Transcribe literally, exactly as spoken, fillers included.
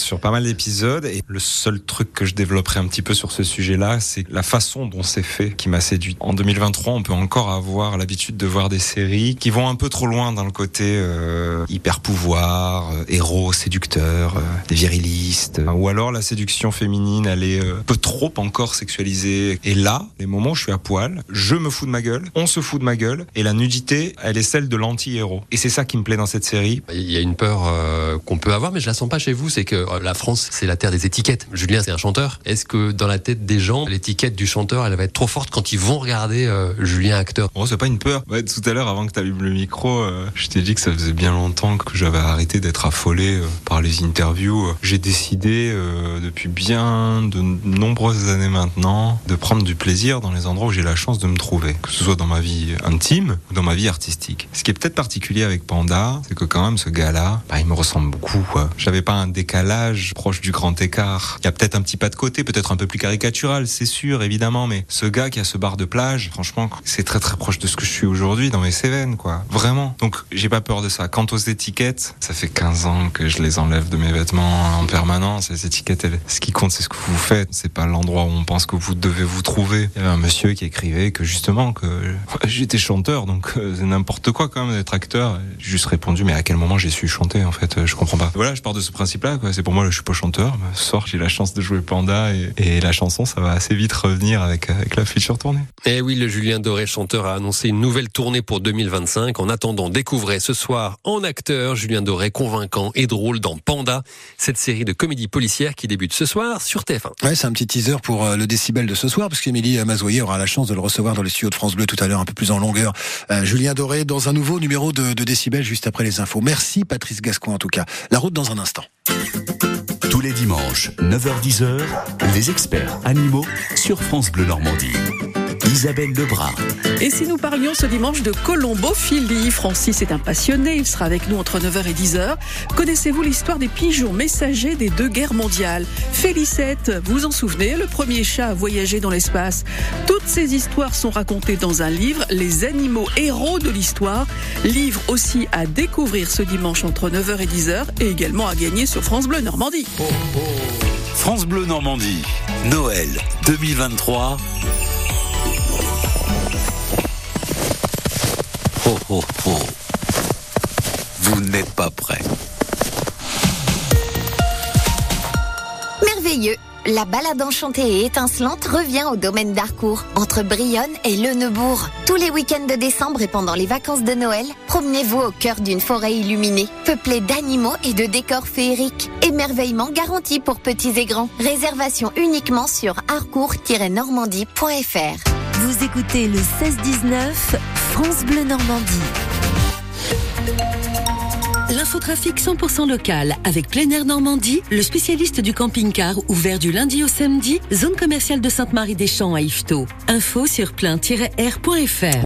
sur pas mal d'épisodes. Et le seul truc que je développerai un petit peu sur ce sujet-là, c'est la façon dont c'est fait qui m'a séduit. En deux mille vingt-trois, on peut encore avoir l'habitude de voir des séries qui vont un peu trop loin dans le côté euh, hyper pouvoir, euh, héros, séducteurs, euh, des virilistes. Euh, ou alors la séduction féminine, elle est euh, un peu trop encore sexualisée. Et là, les moments où je suis à poil, je me fous de ma gueule, on se fout de ma gueule, et la nudité, elle est celle de l'anti-héros. Et c'est ça qui me plaît dans cette série. Il y a une peur euh, qu'on peut avoir, mais je la sens pas chez vous, c'est que euh, la France, c'est la terre des étiquettes. Julien, c'est un chanteur. Est-ce que dans la tête des gens, l'étiquette du chanteur, elle va être trop forte quand ils vont regarder euh, Julien acteur? Oh, c'est pas une peur. Ouais, tout à l'heure, avant que tu allumes le micro, euh, je t'ai dit que ça faisait bien longtemps que j'avais arrêté d'être affolé euh, par les interviews. J'ai décidé, euh, depuis bien de nombreuses années maintenant, de prendre du plaisir dans les endroits où j'ai la chance de me trouver. Que ce soit dans ma vie intime ou dans ma vie artistique. Ce qui est peut-être particulier avec Panda, c'est que quand même, ce gars-là, bah, il me ressemble beaucoup, quoi. J'avais pas un décalage proche du grand écart. Il y a peut-être un petit pas de côté, peut-être un peu plus caricatural, c'est sûr, évidemment, mais ce gars qui a ce bar de plage, franchement, c'est très très proche de ce que je suis aujourd'hui dans mes Cévennes, quoi. Vraiment. Donc, j'ai pas peur de ça. Quant aux étiquettes, ça fait quinze ans que je les enlève de mes vêtements en permanence. Les étiquettes, elles, ce qui compte, c'est ce que vous fai't. C'est pas l'endroit où on pense que vous devez vous trouver. Il y avait un monsieur qui écrivait que justement, que j'étais chanteur, donc euh, c'est n'importe quoi quand même d'être acteur. J'ai juste répondu, mais à quel moment j'ai su chanter, en fait, je comprends pas. Voilà, je pars de ce principe-là, quoi. C'est pour moi, je suis pas chanteur. Ce soir, j'ai la chance de jouer Panda et, et la chanson, ça va assez vite revenir avec, avec la future tournée. Eh oui, le Julien Doré chanteur a annoncé une nouvelle tournée pour deux mille vingt-cinq. En attendant, découvrez ce soir en acteur Julien Doré convaincant et drôle dans Panda, cette série de comédie policière qui débute ce soir sur T F un. Ouais, c'est un petit teaser pour euh, le décibel de ce soir, parce qu'Émilie Mazoyer aura la chance de le recevoir dans les studios de France Bleu tout à l'heure, un peu plus en longueur. Euh, Julien Doré dans un nouveau numéro de, de décibel juste après les infos. Merci Patrice Gascoin en tout cas. La route dans un instant. Tous les dimanches, neuf heures dix, les experts animaux sur France Bleu Normandie. Isabelle Lebrun. Et si nous parlions ce dimanche de colombophilie? Francis est un passionné, il sera avec nous entre neuf heures et dix heures. Connaissez-vous l'histoire des pigeons messagers des deux guerres mondiales? Félicette, vous en souvenez, le premier chat à voyager dans l'espace. Toutes ces histoires sont racontées dans un livre, Les animaux héros de l'histoire. Livre aussi à découvrir ce dimanche entre neuf heures et dix heures et également à gagner sur France Bleu Normandie. Oh, oh. France Bleu Normandie, Noël deux mille vingt-trois. Oh, oh, oh. Vous n'êtes pas prêts. Merveilleux. La balade enchantée et étincelante revient au domaine d'Harcourt, entre Brionne et Le Neubourg. Tous les week-ends de décembre et pendant les vacances de Noël, promenez-vous au cœur d'une forêt illuminée, peuplée d'animaux et de décors féeriques. Émerveillement garanti pour petits et grands. Réservation uniquement sur harcourt tiret normandie point f r. Vous écoutez le seize dix-neuf, France Bleu Normandie. L'infotrafic cent pour cent local avec Plein Air Normandie, le spécialiste du camping-car ouvert du lundi au samedi, zone commerciale de Sainte-Marie-des-Champs à Yvetot. Info sur plein tiret air point f r.